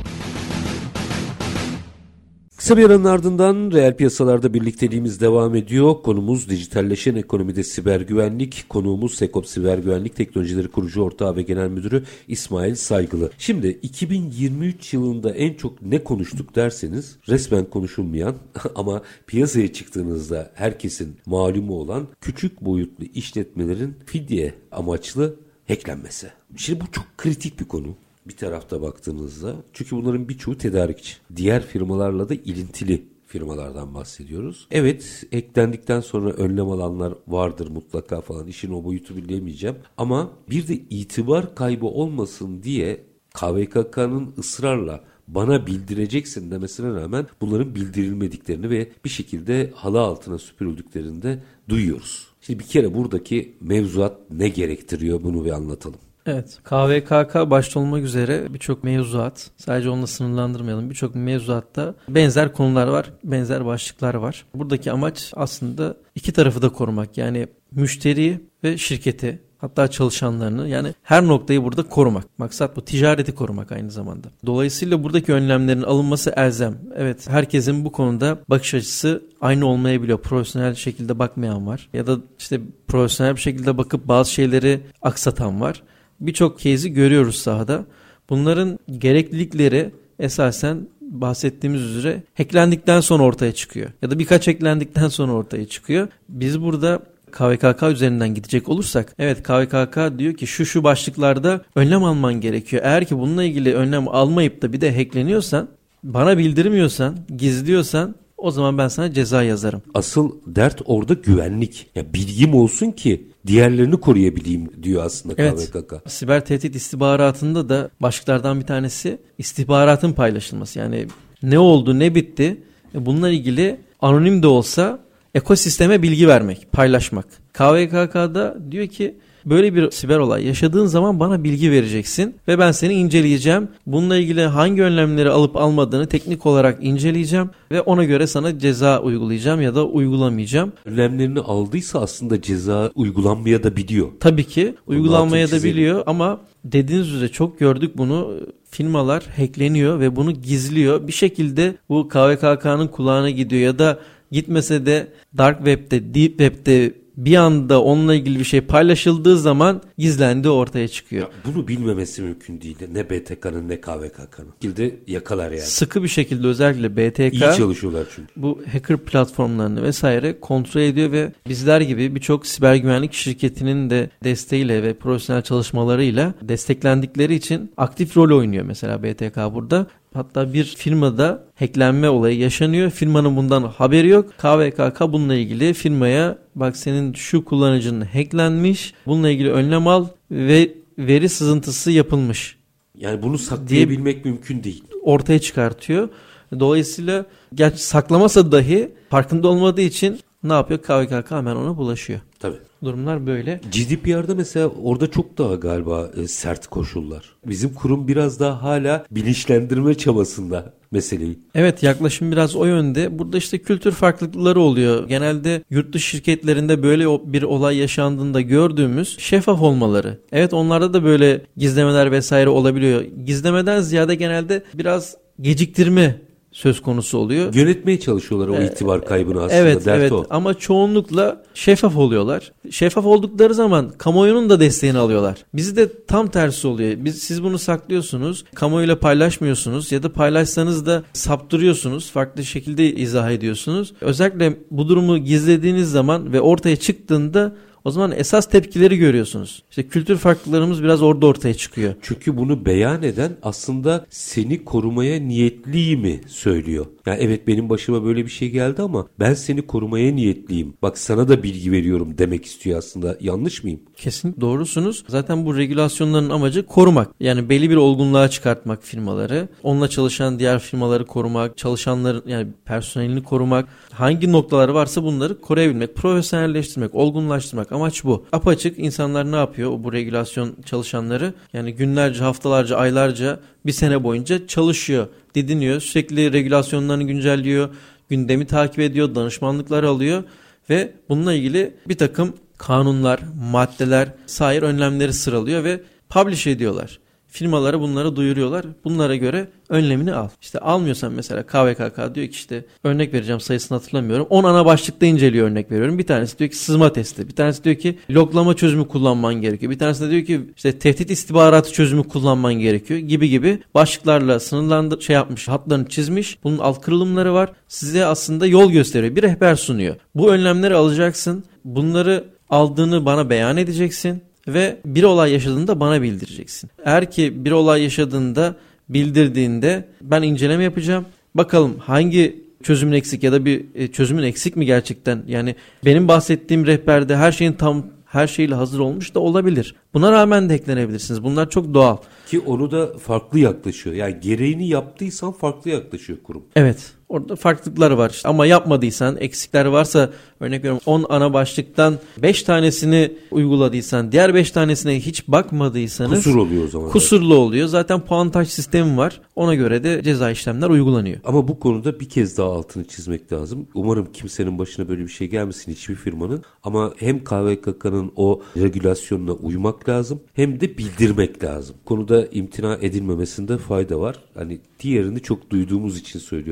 Kısa bir aranın ardından reel piyasalarda birlikteliğimiz devam ediyor. Konumuz dijitalleşen ekonomide siber güvenlik. Konuğumuz Sekops Siber Güvenlik Teknolojileri Kurucu Ortağı ve Genel Müdürü İsmail Saygılı. Şimdi 2023 yılında en çok ne konuştuk derseniz, resmen konuşulmayan ama piyasaya çıktığınızda herkesin malumu olan küçük boyutlu işletmelerin fidye amaçlı hacklenmesi. Şimdi bu çok kritik bir konu. Bir tarafta baktığınızda, çünkü bunların birçoğu tedarikçi. Diğer firmalarla da ilintili firmalardan bahsediyoruz. Evet, eklendikten sonra önlem alanlar vardır mutlaka falan, işin o boyutu bilemeyeceğim. Ama bir de itibar kaybı olmasın diye KVKK'nın ısrarla bana bildireceksin demesine rağmen bunların bildirilmediklerini ve bir şekilde halı altına süpürüldüklerini de duyuyoruz. Şimdi bir kere buradaki mevzuat ne gerektiriyor, bunu bir anlatalım. Evet, KVKK başta olmak üzere birçok mevzuat, sadece onunla sınırlandırmayalım, birçok mevzuatta benzer konular var, benzer başlıklar var. Buradaki amaç aslında iki tarafı da korumak, yani müşteriyi ve şirketi, hatta çalışanlarını, yani her noktayı burada korumak. Maksat bu, ticareti korumak aynı zamanda. Dolayısıyla buradaki önlemlerin alınması elzem. Evet, herkesin bu konuda bakış açısı aynı olmayabiliyor. Profesyonel şekilde bakmayan var ya da işte profesyonel bir şekilde bakıp bazı şeyleri aksatan var. Birçok case'i görüyoruz sahada. Bunların gereklilikleri esasen bahsettiğimiz üzere hacklendikten sonra ortaya çıkıyor. Ya da birkaç hacklendikten sonra ortaya çıkıyor. Biz burada KVKK üzerinden gidecek olursak, evet, KVKK diyor ki şu başlıklarda önlem alman gerekiyor. Eğer ki bununla ilgili önlem almayıp da bir de hackleniyorsan, bana bildirmiyorsan, gizliyorsan, o zaman ben sana ceza yazarım. Asıl dert orada güvenlik. Ya bilgim olsun ki diğerlerini koruyabileyim diyor aslında KVKK. Evet. Siber tehdit istihbaratında da başlıklardan bir tanesi istihbaratın paylaşılması. Yani ne oldu, ne bitti, bununla ilgili anonim de olsa ekosisteme bilgi vermek, paylaşmak. KVKK'da diyor ki böyle bir siber olay yaşadığın zaman bana bilgi vereceksin ve ben seni inceleyeceğim. Bununla ilgili hangi önlemleri alıp almadığını teknik olarak inceleyeceğim ve ona göre sana ceza uygulayacağım ya da uygulamayacağım. Önlemlerini aldıysa aslında ceza uygulanmaya da biliyor. Tabii ki uygulanmaya da biliyor ama dediğiniz üzere çok gördük bunu. Firmalar hackleniyor ve bunu gizliyor. Bir şekilde bu KVKK'nın kulağına gidiyor ya da gitmese de Dark Web'de, Deep Web'de bir anda onunla ilgili bir şey paylaşıldığı zaman gizlendiği ortaya çıkıyor. Ya bunu bilmemesi mümkün değil. Ne BTK'nın ne KVKK'nın. Bir şekilde yakalar yani. Sıkı bir şekilde özellikle BTK İyi çalışıyorlar çünkü. Bu hacker platformlarını vesaire kontrol ediyor ve bizler gibi birçok siber güvenlik şirketinin de desteğiyle ve profesyonel çalışmalarıyla desteklendikleri için aktif rol oynuyor mesela BTK burada. Hatta bir firmada hacklenme olayı yaşanıyor. Firmanın bundan haberi yok. KVKK bununla ilgili firmaya bak senin şu kullanıcının hacklenmiş, bununla ilgili önlem al ve veri sızıntısı yapılmış. Yani bunu saklayabilmek mümkün değil. Ortaya çıkartıyor. Dolayısıyla gerçi saklamasa dahi farkında olmadığı için ne yapıyor? KVKK hemen ona bulaşıyor. Tabii. Durumlar böyle. GDPR'da mesela orada çok daha galiba sert koşullar. Bizim kurum biraz daha hala bilinçlendirme çabasında meseleyi. Evet, yaklaşım biraz o yönde. Burada işte kültür farklılıkları oluyor. Genelde yurt dışı şirketlerinde böyle bir olay yaşandığında gördüğümüz şeffaf olmaları. Evet, onlarda da böyle gizlemeler vesaire olabiliyor. Gizlemeden ziyade genelde biraz geciktirme söz konusu oluyor. Yönetmeye çalışıyorlar o itibar kaybını aslında. Evet, dert evet. o. Ama çoğunlukla şeffaf oluyorlar. Şeffaf oldukları zaman kamuoyunun da desteğini alıyorlar. Bizde tam tersi oluyor. Siz bunu saklıyorsunuz, kamuoyuyla paylaşmıyorsunuz ya da paylaşsanız da saptırıyorsunuz, farklı şekilde izah ediyorsunuz. Özellikle bu durumu gizlediğiniz zaman ve ortaya çıktığında o zaman esas tepkileri görüyorsunuz. İşte kültür farklılıklarımız biraz orada ortaya çıkıyor. Çünkü bunu beyan eden aslında seni korumaya niyetliyimi söylüyor. Yani evet, benim başıma böyle bir şey geldi ama ben seni korumaya niyetliyim. Bak sana da bilgi veriyorum demek istiyor aslında. Yanlış mıyım? Kesinlikle doğrusunuz. Zaten bu regülasyonların amacı korumak. Yani belli bir olgunluğa çıkartmak firmaları. Onunla çalışan diğer firmaları korumak. Çalışanların yani personelini korumak. Hangi noktalar varsa bunları koruyabilmek. Profesyonelleştirmek, olgunlaştırmak. Amaç bu. Apaçık insanlar ne yapıyor bu regülasyon çalışanları? Yani günlerce, haftalarca, aylarca, bir sene boyunca çalışıyor, didiniyor. Sürekli regülasyonlarını güncelliyor, gündemi takip ediyor, danışmanlıklar alıyor ve bununla ilgili bir takım kanunlar, maddeler, sair önlemleri sıralıyor ve publish ediyorlar. Firmalara bunları duyuruyorlar. Bunlara göre önlemini al. İşte almıyorsan mesela KVKK diyor ki işte örnek vereceğim, sayısını hatırlamıyorum. 10 ana başlıkta inceliyor, örnek veriyorum. Bir tanesi diyor ki sızma testi. Bir tanesi diyor ki loglama çözümü kullanman gerekiyor. Bir tanesi de diyor ki işte tehdit istihbaratı çözümü kullanman gerekiyor gibi başlıklarla yapmış, hatlarını çizmiş. Bunun alt kırılımları var. Size aslında yol gösteriyor. Bir rehber sunuyor. Bu önlemleri alacaksın. Bunları aldığını bana beyan edeceksin. Ve bir olay yaşadığında bana bildireceksin. Eğer ki bir olay yaşadığında bildirdiğinde ben inceleme yapacağım. Bakalım hangi çözümün eksik ya da bir çözümün eksik mi gerçekten? Yani benim bahsettiğim rehberde her şeyle hazır olmuş da olabilir. Buna rağmen de eklenebilirsiniz. Bunlar çok doğal. Ki onu da farklı yaklaşıyor. Yani gereğini yaptıysan farklı yaklaşıyor kurum. Evet. Orada farklılıkları var. Ama yapmadıysan, eksikler varsa, örnek veriyorum 10 ana başlıktan 5 tanesini uyguladıysan, diğer 5 tanesine hiç bakmadıysanız kusur oluyor o zaman. Kusurlu oluyor. Zaten puantaj sistemi var. Ona göre de ceza işlemler uygulanıyor. Ama bu konuda bir kez daha altını çizmek lazım. Umarım kimsenin başına böyle bir şey gelmesin, hiçbir firmanın. Ama hem KVKK'nın o regülasyonuna uymak lazım, hem de bildirmek lazım. Konuda imtina edilmemesinde fayda var. Hani diğerini çok duyduğumuz için söylüyorum. Bir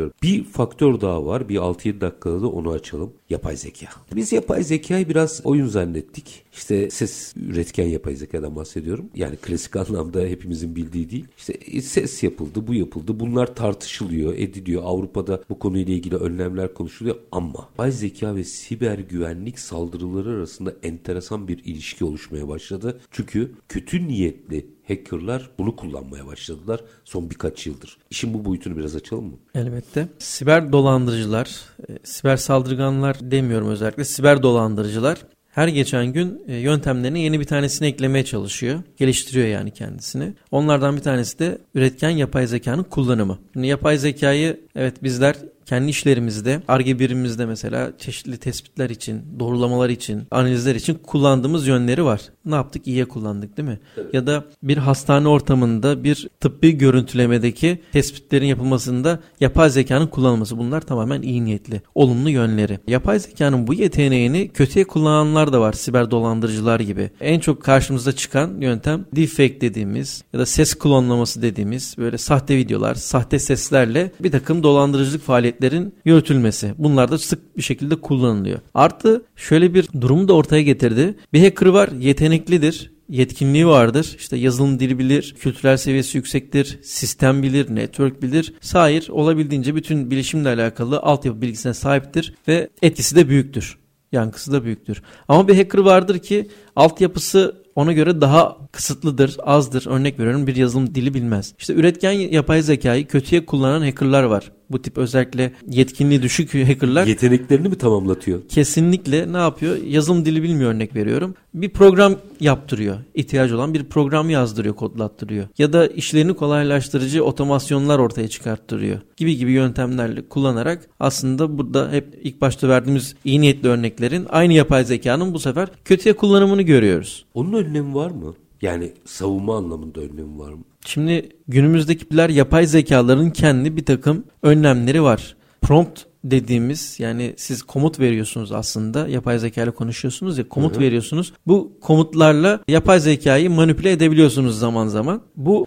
faktör daha var. Bir 6-7 dakikada da onu açalım. Yapay zeka. Biz yapay zekayı biraz oyun zannettik. İşte ses üretken yapay zekadan bahsediyorum. Yani klasik anlamda hepimizin bildiği değil. İşte ses yapıldı, bu yapıldı. Bunlar tartışılıyor, ediliyor. Avrupa'da bu konuyla ilgili önlemler konuşuluyor ama yapay zeka ve siber güvenlik saldırıları arasında enteresan bir ilişki oluşmaya başladı. Çünkü kötü niyetli hackerlar bunu kullanmaya başladılar son birkaç yıldır. İşin bu boyutunu biraz açalım mı? Elbette. Siber dolandırıcılar, siber saldırganlar demiyorum özellikle, siber dolandırıcılar her geçen gün yöntemlerine yeni bir tanesini eklemeye çalışıyor. Geliştiriyor yani kendisini. Onlardan bir tanesi de üretken yapay zekanın kullanımı. Şimdi yapay zekayı evet bizler kendi işlerimizde, Ar-Ge birimimizde mesela çeşitli tespitler için, doğrulamalar için, analizler için kullandığımız yönleri var. Ne yaptık? İyiye kullandık değil mi? Tabii. Ya da bir hastane ortamında bir tıbbi görüntülemedeki tespitlerin yapılmasında yapay zekanın kullanılması. Bunlar tamamen iyi niyetli, olumlu yönleri. Yapay zekanın bu yeteneğini kötüye kullananlar da var. Siber dolandırıcılar gibi. En çok karşımıza çıkan yöntem deepfake dediğimiz ya da ses klonlaması dediğimiz böyle sahte videolar, sahte seslerle bir takım dolandırıcılık faaliyetlerin yürütülmesi. Bunlar da sık bir şekilde kullanılıyor. Artı şöyle bir durumu da ortaya getirdi. Bir hacker var, yeteneklidir, yetkinliği vardır. İşte yazılım dili bilir, kültürel seviyesi yüksektir, sistem bilir, network bilir. Sair olabildiğince bütün bilişimle alakalı altyapı bilgisine sahiptir ve etkisi de büyüktür. Yankısı da büyüktür. Ama bir hacker vardır ki altyapısı ona göre daha kısıtlıdır, azdır. Örnek veriyorum, bir yazılım dili bilmez. İşte üretken yapay zekayı kötüye kullanan hackerlar var. Bu tip özellikle yetkinliği düşük hackerlar. Yeteneklerini mi tamamlatıyor? Kesinlikle ne yapıyor? Yazılım dili bilmiyor, örnek veriyorum. Bir program yaptırıyor. İhtiyacı olan bir program yazdırıyor, kodlattırıyor. Ya da işlerini kolaylaştırıcı otomasyonlar ortaya çıkarttırıyor. Gibi yöntemlerle kullanarak aslında burada hep ilk başta verdiğimiz iyi niyetli örneklerin aynı yapay zekanın bu sefer kötüye kullanımını görüyoruz. Onun önlemi var mı? Yani savunma anlamında önlemi var mı? Şimdi günümüzdekiler yapay zekaların kendi bir takım önlemleri var. Prompt dediğimiz, yani siz komut veriyorsunuz aslında, yapay zeka ile konuşuyorsunuz ya, komut veriyorsunuz. Bu komutlarla yapay zekayı manipüle edebiliyorsunuz zaman zaman. Bu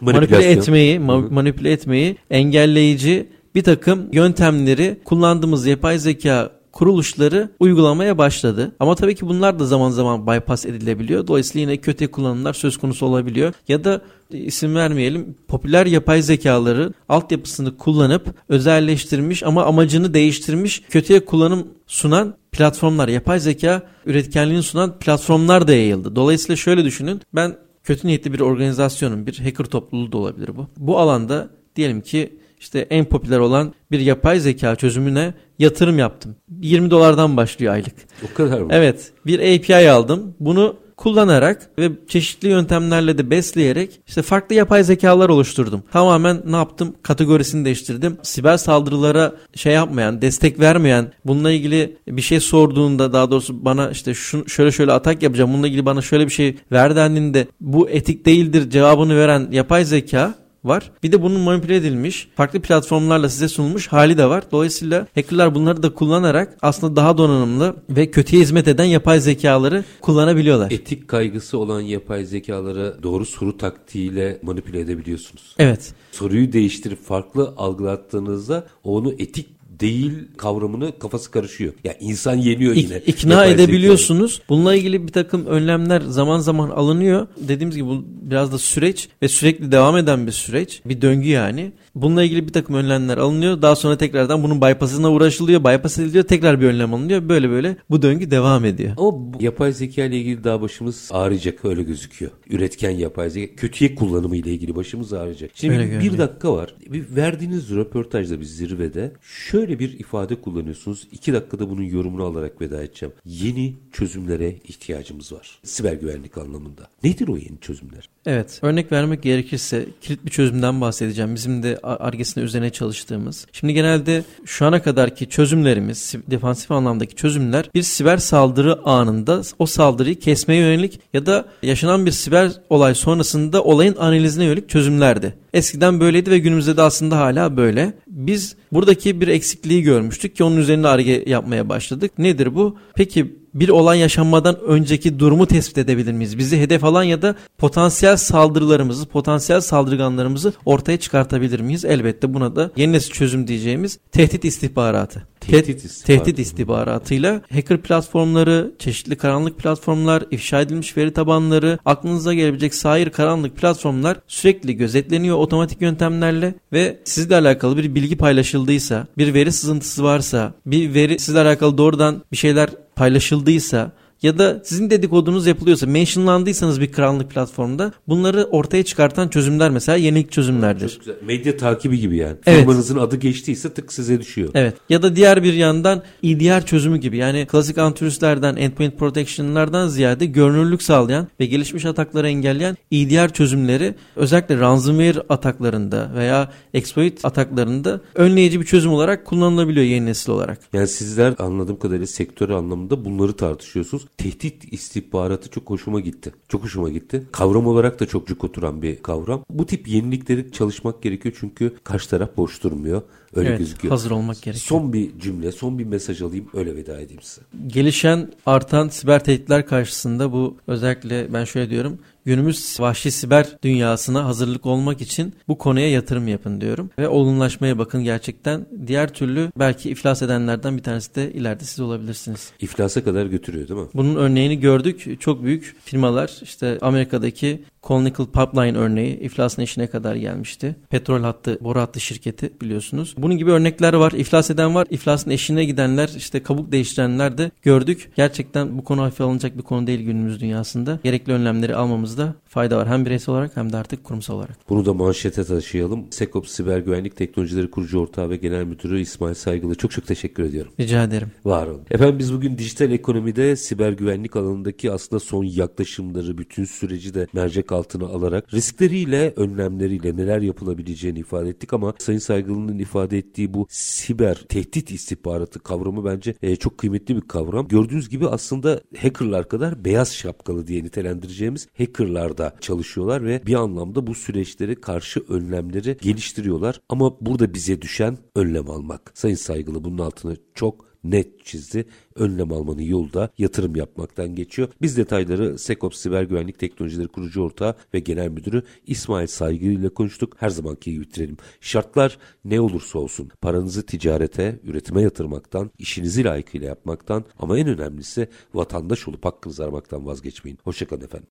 manipüle etmeyi engelleyici bir takım yöntemleri kullandığımız yapay zeka kuruluşları uygulamaya başladı. Ama tabii ki bunlar da zaman zaman bypass edilebiliyor. Dolayısıyla yine kötü kullanımlar söz konusu olabiliyor. Ya da isim vermeyelim, popüler yapay zekaları altyapısını kullanıp özelleştirmiş ama amacını değiştirmiş, kötüye kullanım sunan platformlar, yapay zeka üretkenliğini sunan platformlar da yayıldı. Dolayısıyla şöyle düşünün, ben kötü niyetli bir organizasyonum, bir hacker topluluğu da olabilir bu. Bu alanda diyelim ki İşte en popüler olan bir yapay zeka çözümüne yatırım yaptım. $20 başlıyor aylık. O kadar mı? Evet. Bir API aldım. Bunu kullanarak ve çeşitli yöntemlerle de besleyerek işte farklı yapay zekalar oluşturdum. Tamamen ne yaptım? Kategorisini değiştirdim. Siber saldırılara destek vermeyen, bununla ilgili bir şey sorduğunda, daha doğrusu bana işte şöyle atak yapacağım, bununla ilgili bana şöyle bir şey ver dendiğinde bu etik değildir cevabını veren yapay zeka var. Bir de bunun manipüle edilmiş, farklı platformlarla size sunulmuş hali de var. Dolayısıyla hackerlar bunları da kullanarak aslında daha donanımlı ve kötüye hizmet eden yapay zekaları kullanabiliyorlar. Etik kaygısı olan yapay zekalara doğru soru taktiğiyle manipüle edebiliyorsunuz. Evet. Soruyu değiştirip farklı algılattığınızda onu etik değil kavramını kafası karışıyor. Ya insan yeniyor yine. İkna edebiliyorsunuz. Bununla ilgili bir takım önlemler zaman zaman alınıyor. Dediğimiz gibi bu biraz da süreç ve sürekli devam eden bir süreç. Bir döngü yani. Bununla ilgili bir takım önlemler alınıyor. Daha sonra tekrardan bunun bypass'ına uğraşılıyor. Bypass ediliyor. Tekrar bir önlem alınıyor. Böyle bu döngü devam ediyor. Ama bu yapay zeka ile ilgili daha başımız ağrıyacak, öyle gözüküyor. Üretken yapay zeka, kötüye kullanımı ile ilgili başımız ağrıyacak. Şimdi bir dakika var. Bir verdiğiniz röportajda bir zirvede şöyle bir ifade kullanıyorsunuz. 2 dakikada bunun yorumunu alarak veda edeceğim. Yeni çözümlere ihtiyacımız var. Siber güvenlik anlamında. Nedir o yeni çözümler? Evet. Örnek vermek gerekirse kilit bir çözümden bahsedeceğim. Bizim de Ar-Ge'sine üzerine çalıştığımız. Şimdi genelde şu ana kadarki çözümlerimiz, defansif anlamdaki çözümler bir siber saldırı anında o saldırıyı kesmeye yönelik ya da yaşanan bir siber olay sonrasında olayın analizine yönelik çözümlerdi. Eskiden böyleydi ve günümüzde de aslında hala böyle. Biz buradaki bir eksikliği görmüştük ki onun üzerine Ar-Ge yapmaya başladık. Nedir bu? Peki bir olay yaşanmadan önceki durumu tespit edebilir miyiz? Bizi hedef alan ya da potansiyel saldırılarımızı, potansiyel saldırganlarımızı ortaya çıkartabilir miyiz? Elbette buna da yeni nesil çözüm diyeceğimiz tehdit istihbaratı. Tehdit istihbaratıyla hacker platformları, çeşitli karanlık platformlar, ifşa edilmiş veri tabanları, aklınıza gelebilecek sair karanlık platformlar sürekli gözetleniyor otomatik yöntemlerle ve sizle alakalı bir bilgi paylaşıldıysa, bir veri sızıntısı varsa, bir veri sizle alakalı doğrudan bir şeyler paylaşıldıysa ya da sizin dedikodunuz yapılıyorsa, mentionlandıysanız bir karanlık platformda bunları ortaya çıkartan çözümler mesela yenilik çözümlerdir. Çok güzel. Medya takibi gibi yani. Evet. Firmanızın adı geçtiyse tık size düşüyor. Evet. Ya da diğer bir yandan EDR çözümü gibi, yani klasik antivirüslerden, endpoint protection'lardan ziyade görünürlük sağlayan ve gelişmiş atakları engelleyen EDR çözümleri özellikle ransomware ataklarında veya exploit ataklarında önleyici bir çözüm olarak kullanılabiliyor yeni nesil olarak. Yani sizler anladığım kadarıyla sektör anlamında bunları tartışıyorsunuz. Tehdit istihbaratı çok hoşuma gitti. Çok hoşuma gitti. Kavram olarak da çok cuk oturan bir kavram. Bu tip yenilikleri çalışmak gerekiyor çünkü karşı taraf boş durmuyor. Öyle evet, gözüküyor. Hazır olmak gerekiyor. Son bir cümle, son bir mesaj alayım, öyle veda edeyim size. Gelişen, artan siber tehditler karşısında bu özellikle ben şöyle diyorum. Günümüz vahşi siber dünyasına hazırlık olmak için bu konuya yatırım yapın diyorum. Ve olgunlaşmaya bakın gerçekten. Diğer türlü belki iflas edenlerden bir tanesi de ileride siz olabilirsiniz. İflasa kadar götürüyor değil mi? Bunun örneğini gördük. Çok büyük firmalar, işte Amerika'daki Colonial Pipeline örneği iflasın eşiğine kadar gelmişti. Petrol hattı, boru hattı şirketi biliyorsunuz. Bunun gibi örnekler var. İflas eden var. İflasın eşiğine gidenler, işte kabuk değiştirenler de gördük. Gerçekten bu konu hafife alınacak bir konu değil günümüz dünyasında. Gerekli önlemleri almamızda fayda var. Hem bireysel olarak hem de artık kurumsal olarak. Bunu da manşete taşıyalım. SecOps Siber Güvenlik Teknolojileri Kurucu Ortağı ve Genel Müdürü İsmail Saygılı. Çok çok teşekkür ediyorum. Rica ederim. Var olun. Efendim biz bugün dijital ekonomide siber güvenlik alanındaki aslında son yaklaşımları, bütün süreci de mercek altına alarak riskleriyle, önlemleriyle neler yapılabileceğini ifade ettik ama Sayın Saygılı'nın ifade ettiği bu siber tehdit istihbaratı kavramı bence çok kıymetli bir kavram. Gördüğünüz gibi aslında hackerlar kadar beyaz şapkalı diye nitelendireceğimiz hackerlar da çalışıyorlar ve bir anlamda bu süreçleri, karşı önlemleri geliştiriyorlar. Ama burada bize düşen önlem almak. Sayın Saygılı bunun altını çok net çizdi. Önlem almanın yolu da yatırım yapmaktan geçiyor. Biz detayları SecOps Siber Güvenlik Teknolojileri Kurucu Ortağı ve Genel Müdürü İsmail Saygılı ile konuştuk. Her zamanki gibi bitirelim. Şartlar ne olursa olsun paranızı ticarete, üretime yatırmaktan, işinizi layıkıyla yapmaktan ama en önemlisi vatandaş olup hakkınızı aramaktan vazgeçmeyin. Hoşça kalın efendim.